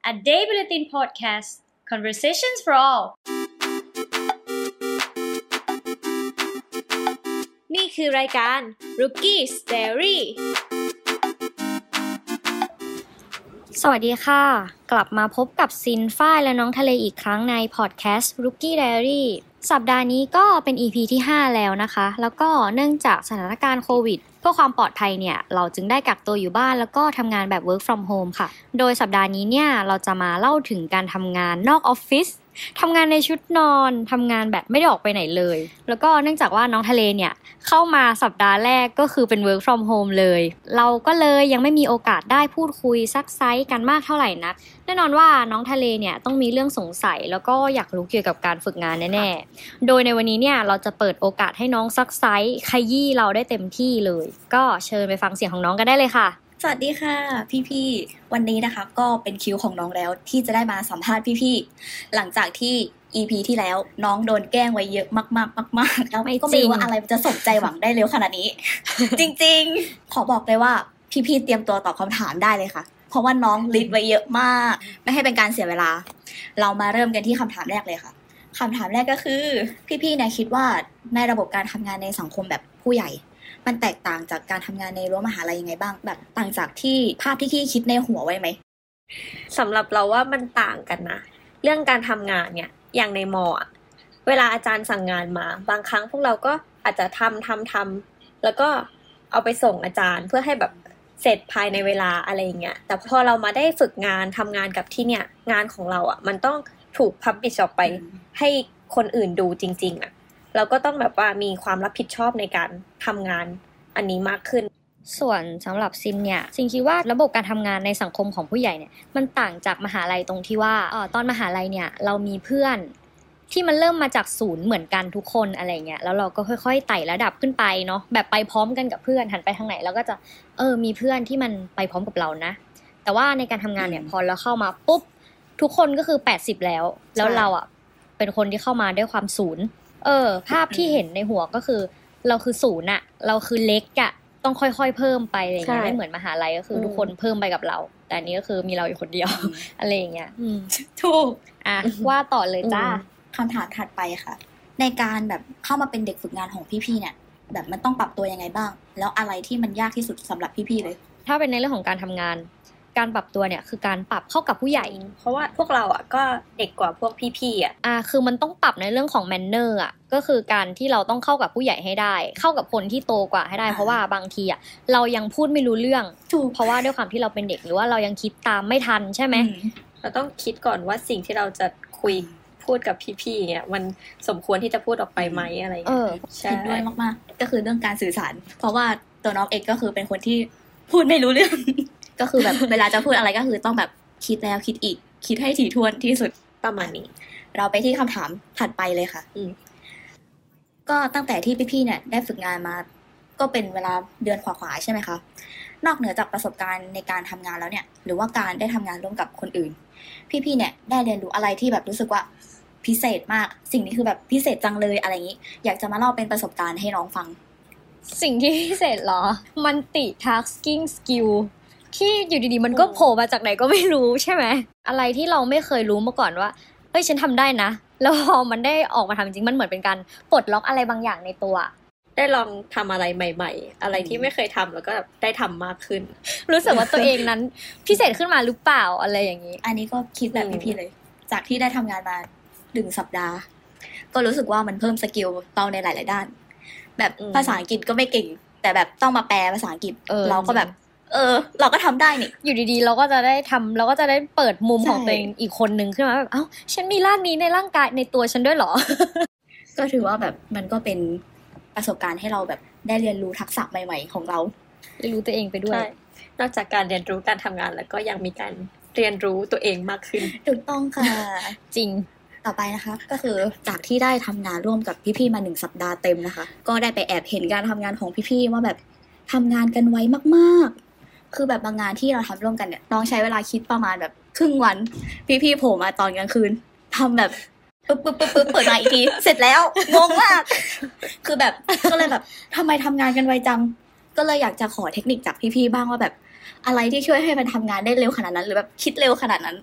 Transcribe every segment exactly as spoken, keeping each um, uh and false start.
A Day Bulletin Podcast Conversations for All นี่คือรายการ Rookie's Diary สวัสดีค่ะกลับมาพบกับซินฝ้ายและน้องทะเลอีกครั้งใน Podcast Rookie Diary สัปดาห์นี้ก็เป็น อี พี ที่ห้าแล้วนะคะแล้วก็เนื่องจากสถานการณ์โควิดเพื่อความปลอดภัยเนี่ยเราจึงได้กักตัวอยู่บ้านแล้วก็ทำงานแบบ work from home ค่ะโดยสัปดาห์นี้เนี่ยเราจะมาเล่าถึงการทำงานนอกออฟฟิศทำงานในชุดนอนทำงานแบบไม่ได้ออกไปไหนเลยแล้วก็เนื่องจากว่าน้องทะเลเนี่ยเข้ามาสัปดาห์แรกก็คือเป็น work from home เลยเราก็เลยยังไม่มีโอกาสได้พูดคุยซักไซส์กันมากเท่าไหร่นักแน่นอนว่าน้องทะเลเนี่ยต้องมีเรื่องสงสัยแล้วก็อยากรู้เกี่ยวกับการฝึกงานแน่ๆโดยในวันนี้เนี่ยเราจะเปิดโอกาสให้น้องซักไซส์ขยี้เราได้เต็มที่เลยก็เชิญไปฟังเสียงของน้องกันได้เลยค่ะสวัสดีค่ะพี่ๆวันนี้นะคะก็เป็นคิวของน้องแล้วที่จะได้มาสัมภาษณ์พี่ๆหลังจากที่ อี พี ที่แล้วน้องโดนแกล้งไว้เยอะมากๆมากๆแล้วก็ไม่รู้ว่าอะไรมันจะสมใจหวังได้เร็วขนาดนี้ จริงๆขอบอกเลยว่าพี่ๆเตรียมตัวตอบคำถามได้เลยค่ะเพราะว่าน้องลิสต์ไว้เยอะมากไม่ให้เป็นการเสียเวลาเรามาเริ่มกันที่คำถามแรกเลยค่ะคำถามแรกก็คือพี่ๆเนี่ยคิดว่าในระบบการทำงานในสังคมแบบผู้ใหญ่มันแตกต่างจากการทำงานในรั้วมหาลัยยังไงบ้างแบบต่างจากที่ภาพที่พี่คิดในหัวไว้ไหมสำหรับเราว่ามันต่างกันนะเรื่องการทำงานเนี่ยอย่างในมออ่ะเวลาอาจารย์สั่งงานมาบางครั้งพวกเราก็อาจจะทำทำทำแล้วก็เอาไปส่งอาจารย์เพื่อให้แบบเสร็จภายในเวลาอะไรอย่างเงี้ยแต่พอเรามาได้ฝึกงานทำงานกับที่เนี่ยงานของเราอ่ะมันต้องถูกพับลิชออกไปให้คนอื่นดูจริงๆอ่ะเราก็ต้องแบบว่ามีความรับผิดชอบในการทำงานอันนี้มากขึ้นส่วนสำหรับซินเนี่ยซินคิดว่าระบบการทำงานในสังคมของผู้ใหญ่เนี่ยมันต่างจากมหาลัยตรงที่ว่าเอ่อตอนมหาลัยเนี่ยเรามีเพื่อนที่มันเริ่มมาจากศูนย์เหมือนกันทุกคนอะไรเงี้ยแล้วเราก็ค่อยๆไต่ระดับขึ้นไปเนาะแบบไปพร้อมกันกับเพื่อนหันไปทางไหนเราก็จะเออมีเพื่อนที่มันไปพร้อมกับเรานะแต่ว่าในการทำงานเนี่ยพอเราเข้ามาปุ๊บทุกคนก็คือแปดสิบแล้วแล้วเราอ่ะเป็นคนที่เข้ามาด้วยความศูนย์เออภาพที่เห็นในหัวก็คือเราคือศูนย์อะเราคือเล็กอะต้องค่อยๆเพิ่มไปอะไรอย่างเงี้ยไม่เหมือนมหาลัยก็คือทุกคนเพิ่มไปกับเราแต่อันนี้ก็คือมีเราอยู่คนเดียวอะไรอย่างเงี้ยถูกอ่ะว่าต่อเลยจ้าคำถามถัดไปค่ะในการแบบเข้ามาเป็นเด็กฝึกงานของพี่ๆเนี่ยแบบมันต้องปรับตัวยังไงบ้างแล้วอะไรที่มันยากที่สุดสำหรับพี่ๆเลยถ้าเป็นในเรื่องของการทำงานการปรับตัวเนี่ยคือการปรับเข้ากับผู้ใหญ่เพราะว่าพวกเราอ่ะก็เด็กกว่าพวกพี่ๆอ่ะอ่าคือมันต้องปรับในเรื่องของแมนเนอร์อ่ะก็คือการที่เราต้องเข้ากับผู้ใหญ่ให้ได้เข้ากับคนที่โตกว่าให้ได้เพราะว่าบางทีอ่ะเรายังพูดไม่รู้เรื่องเพราะว่าด้วยความที่เราเป็นเด็กหรือว่าเรายังคิดตามไม่ทันใช่ไหมเราต้องคิดก่อนว่าสิ่งที่เราจะคุยพูดกับพี่ๆเนี่ยมันสมควรที่จะพูดออกไปไหมอะไรอย่างเงี้ยคิดด้วยมากๆก็คือเรื่องการสื่อสารเพราะว่าตัวน้องเองก็คือเป็นคนที่พูดไม่รู้เรื่องก็คือแบบเวลาจะพูดอะไรก็คือต้องแบบคิดแล้วคิดอีกคิดให้ถี่ถ้วนที่สุดประมาณนี้เราไปที่คำถามถัดไปเลยค่ะก็ตั้งแต่ที่พี่ๆเนี่ยได้ฝึกงานมาก็เป็นเวลาเดือนขวาๆใช่ไหมคะนอกเหนือจากประสบการณ์ในการทำงานแล้วเนี่ยหรือว่าการได้ทำงานร่วมกับคนอื่นพี่ๆเนี่ยได้เรียนรู้อะไรที่แบบรู้สึกว่าพิเศษมากสิ่งนี้คือแบบพิเศษจังเลยอะไรอย่างนี้อยากจะมาเล่าเป็นประสบการณ์ให้น้องฟังสิ่งที่พิเศษเหรอ multitasking skill ที่อยู่ดีๆมันก็โผล่มาจากไหนก็ไม่รู้ใช่ไหมอะไรที่เราไม่เคยรู้มาก่อนว่าเฮ้ยฉันทำได้นะแล้วพอมันได้ออกมาทำจริงมันเหมือนเป็นการปลดล็อกอะไรบางอย่างในตัวได้ลองทำอะไรใหม่ๆอะไรที่ไม่เคยทำแล้วก็ได้ทำมากขึ้นรู้สึกว่าตัวเองนั้นพิเศษขึ้นมาหรือเปล่าอะไรอย่างนี้อันนี้ก็คิดแบบพี่ๆเลยจากที่ได้ทำงานมาหนึ่งสัปดาห์ก็รู้สึกว่ามันเพิ่มสกิลเราในหลายๆด้านแบบภาษาอังกฤษก็ไม่เก่งแต่แบบต้องมาแปลภาษาอังกฤษเราก็แบบเออเราก็ทำได้นี่อยู่ดีๆเราก็จะได้ทำเราก็จะได้เปิดมุมของตัวเองอีกคนนึงขึ้นมาแบบเอ้าฉันมีร่างนี้ในร่างกายในตัวฉันด้วยเหรอก็ถือว่าแบบมันก็เป็นประสบการณ์ให้เราแบบได้เรียนรู้ทักษะใหม่ๆของเราเรียนรู้ตัวเองไปด้วยนอกจากการเรียนรู้การทำงานแล้วก็ยังมีการเรียนรู้ตัวเองมากขึ้นถูกต้องค่ะจริงต่อไปนะคะก็คือจากที่ได้ทำงานร่วมกับพี่ๆมาหนึ่งสัปดาห์เต็มนะคะก็ได้ไปแอบเห็นการทำงานของพี่ๆว่าแบบทำงานกันไวมากๆคือแบบบางงานที่เราทำร่วมกันเนี่ยต้องใช้เวลาคิดประมาณแบบครึ่งวันพี่ๆโผล่มาตอนกลางคืนทำแบบปึ๊บปึ๊บปึ๊บปึ๊บเปิดมาอีกทีเสร็จแล้วงงมากคือแบบก็เลยแบบทำไมทำงานกันไวจังก็เลยอยากจะขอเทคนิคจากพี่ๆบ้างว่าแบบอะไรที่ช่วยให้มันทำงานได้เร็วขนาดนั้นหรือแบบคิดเร็วขนาดนั้น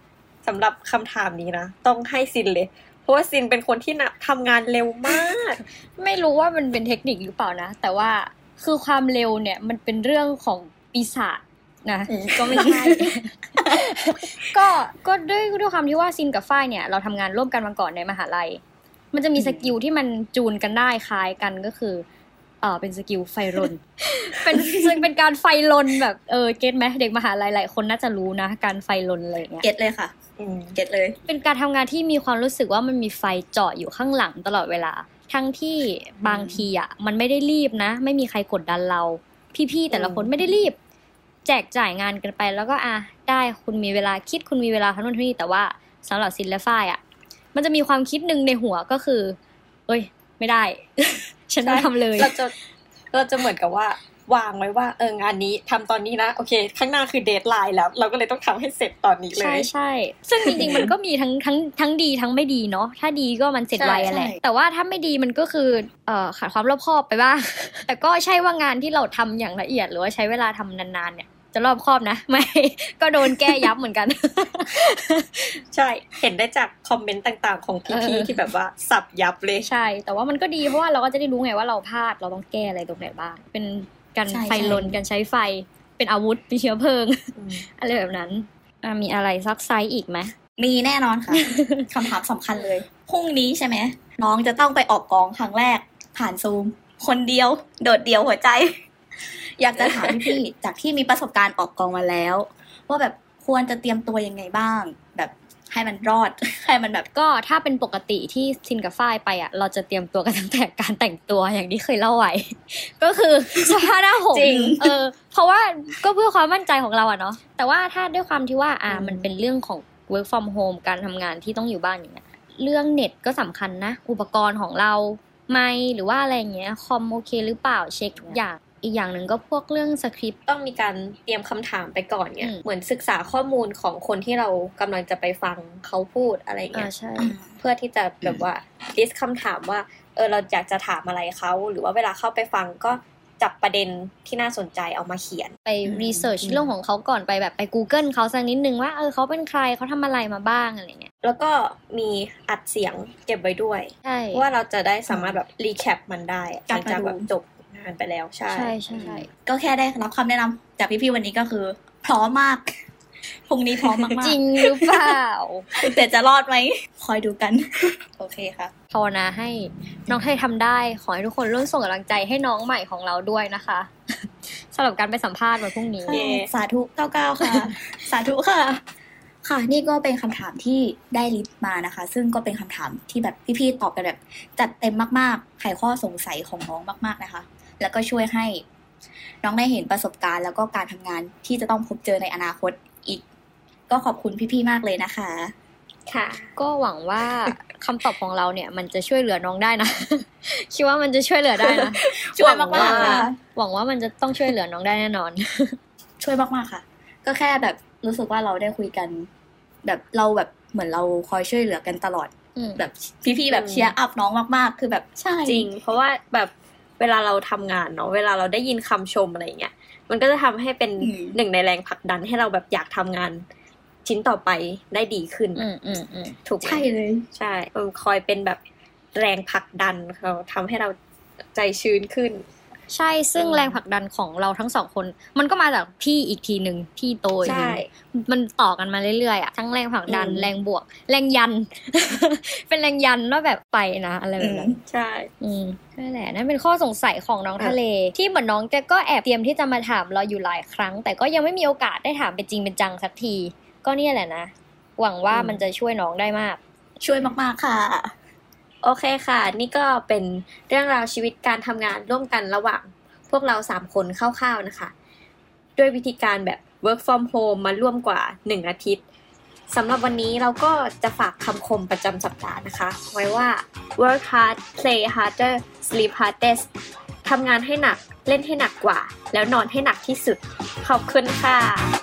สำหรับคำถามนี้นะต้องให้ซินเลยเพราะว่าซินเป็นคนที่นะทำงานเร็วมากไม่รู้ว่ามันเป็นเทคนิคหรือเปล่านะแต่ว่าคือความเร็วเนี่ยมันเป็นเรื่องของปีศาจนะก็ไม่ใช่ ก็ก็ด้วยด้วยความที่ว่าซินกับฝ้ายเนี่ยเราทำงานร่วมกันมาก่อนในมหาลัยมันจะมีสกิลที่มันจูนกันได้คล้ายกันก็คือเออเป็นสกิลไฟรน เป็นเป็นการไฟรนแบบเออเก็ทไหมเด็กมหาลัยหลายคนน่าจะรู้นะการไฟรนอะไรอย่างเงี้ยเก็ตเลยค่ะเก็ตเลยเป็นการทำงานที่มีความรู้สึกว่ามันมีไฟเจาะอยู่ข้างหลังตลอดเวลาทั้งที่บางทีอ่ะมันไม่ได้รีบนะไม่มีใครกดดันเราพี่ๆแต่ละคนไม่ได้รีบแจกจ่ายงานกันไปแล้วก็อ่ะได้คุณมีเวลาคิดคุณมีเวลาทำนู่นทำนี่แต่ว่าสำหรับซินและฝ้ายอ่ะมันจะมีความคิดนึงในหัวก็คือเอ้ยไม่ได้ ฉันต้องทำเลยเราจะเราจะเหมือนกับว่าวางไว้ว่าเอองานนี้ทำตอนนี้นะโอเคข้างหน้าคือเดดไลน์แล้วเราก็เลยต้องทำให้เสร็จตอนนี้เลยใช่ใช่ซึ่งจริงๆมันก็มีทั้งทั้งทั้งดีทั้งไม่ดีเนาะถ้าดีก็มันเสร็จไวแหละแต่ว่าถ้าไม่ดีมันก็คือเอ่อขาดความรอบคอบไปบ้างแต่ก็ใช่ว่างานที่เราทำอย่างละเอียดหรือว่าใช้เวลาทำนานๆเนี่ยจะรอบคอบนะไม่ก็โดนแก้ยับเหมือนกันใช่เห็นได้จากคอมเมนต์ต่างๆของพี่ๆที่แบบว่าสับยับเลยใช่แต่ว่ามันก็ดีเพราะว่าเราก็จะได้รู้ไงว่าเราพลาดเราต้องแก้อะไรตรงไหนบ้างเป็นการไฟลนการใช้ไฟเป็นอาวุธเป็นเชื้อเพลิง อะไรแบบนั้นมีอะไรซักไซส์อีกไหมมีแน่นอนค่ะ คำถามสำคัญเลยพรุ่งนี้ใช่ไหมน้องจะต้องไปออกกองครั้งแรกผ่านซูมคนเดียวโดดเดี่ยวหัวใจ อยากจะถามพี่ๆจากที่มีประสบการณ์ออกกองมาแล้วว่าแบบควรจะเตรียมตัวยังไงบ้างแบบให้มันรอด ให้มันแบบก็ถ้าเป็นปกติที่ซินกับฝ้ายไปอ่ะเราจะเตรียมตัวกันตั้งแต่การแต่งตัวอย่างที่เคยเล่าไว้ ก็คือเสื้อผ้าหน้าผมเออเพราะว่าก็เพื่อความมั่นใจของเราอ่ะเนาะแต่ว่าถ้าด้วยความที่ว่าอ่ามันเป็นเรื่องของ work from home การทำงานที่ต้องอยู่บ้านอย่างเงี้ยเรื่องเน็ตก็สำคัญนะอุปกรณ์ของเราไมค์หรือว่าอะไรอย่างเงี้ยคอมโอเคหรือเปล่าเช็คทุกอย่างอีกอย่างหนึ่งก็พวกเรื่องสคริปต์ต้องมีการเตรียมคำถามไปก่อนเนี่ยเหมือนศึกษาข้อมูลของคนที่เรากำลังจะไปฟังเขาพูดอะไรเงี้ยเพื่อที่จะแบบว่าลิสต์คำถามว่าเออเราอยากจะถามอะไรเขาหรือว่าเวลาเข้าไปฟังก็จับประเด็นที่น่าสนใจเอามาเขียนไปรีเสิร์ชเรื่องของเขาก่อนไปแบบไป Google เขาสักนิดนึงว่าเออเขาเป็นใครเขาทำอะไรมาบ้างอะไรเงี้ยแล้วก็มีอัดเสียงเก็บไว้ด้วยเพราะว่าเราจะได้สามารถแบบรีแคปมันได้หลังจากแบบจบงานไปแล้วใช่ใช่ใช่ก็แค่ได้รับคำแนะนำจากพี่ๆวันนี้ก็คือพร้อมมากพรุ่งนี้พร้อมมากๆจริงหรือเปล่าแต่จะรอดไหมคอยดูกันโอเคค่ะภาวนาให้น้องไทยทำได้ขอให้ทุกคนร่วมส่งกำลังใจให้น้องใหม่ของเราด้วยนะคะสำหรับการไปสัมภาษณ์วันพรุ่งนี้สาธุเก้าเก้าค่ะสาธุค่ะค่ะนี่ก็เป็นคำถามที่ได้ลิสต์มานะคะซึ่งก็เป็นคำถามที่แบบพี่ๆตอบกันแบบจัดเต็มมากๆไขข้อสงสัยของน้องมากๆนะคะแล้วก็ช่วยให้น้องได้เห็นประสบการณ์แล้วก็การทำงานที่จะต้องพบเจอในอนาคตอีกก็ขอบคุณพี่ๆมากเลยนะคะค่ะก็หวังว่าคำตอบของเราเนี่ยมันจะช่วยเหลือน้องได้นะ คิดว่ามันจะช่วยเหลือได้นะช่วยมากๆค่ะหวังว่ามันจะต้องช่วยเหลือน้องได้แน่นอนช่วยมากๆค่ะก็แค่แบบรู้สึกว่าเราได้คุยกันแบบเราแบบเหมือนเราคอยช่วยเหลือกันตลอดแบบพี่ๆแบบเชียร์อัพน้องมากๆคือแบบใช่จริงเพราะว่าแบบเวลาเราทำงานเนาะเวลาเราได้ยินคำชมอะไรเงี้ยมันก็จะทำให้เป็นหนึ่งในแรงผลักดันให้เราแบบอยากทำงานชิ้นต่อไปได้ดีขึ้นถูกไหมใช่เลยใช่คอยเป็นแบบแรงผลักดันเขาทำให้เราใจชื้นขึ้นใช่ซึ่งแรงผลักดันของเราทั้งสองคนมันก็มาจากพี่อีกทีนึงพี่โตอีกนึงมันต่อกันมาเรื่อยๆอ่ะทั้งแรงผลักดันแรงบวกแรงยัน เป็นแรงยันว่าแบบไปนะอะไรแบบนั้นใช่อืมนั่นแหละนั่นเป็นข้อสงสัยของน้องทะเลที่เหมือนน้องแกก็แอบเตรียมที่จะมาถามเราอยู่หลายครั้งแต่ก็ยังไม่มีโอกาสได้ถามเป็นจริงเป็นจังสักทีก็เนี่ยแหละนะหวังว่ามันจะช่วยน้องได้มากช่วยมากๆค่ะโอเคค่ะนี่ก็เป็นเรื่องราวชีวิตการทำงานร่วมกันระหว่างพวกเราสามคนคร่าวๆนะคะด้วยวิธีการแบบ work from home มาร่วมกว่าหนึ่งอาทิตย์สำหรับวันนี้เราก็จะฝากคำคมประจำสัปดาห์นะคะไว้ว่า work hard play harder sleep hardest ทำงานให้หนักเล่นให้หนักกว่าแล้วนอนให้หนักที่สุดขอบคุณค่ะ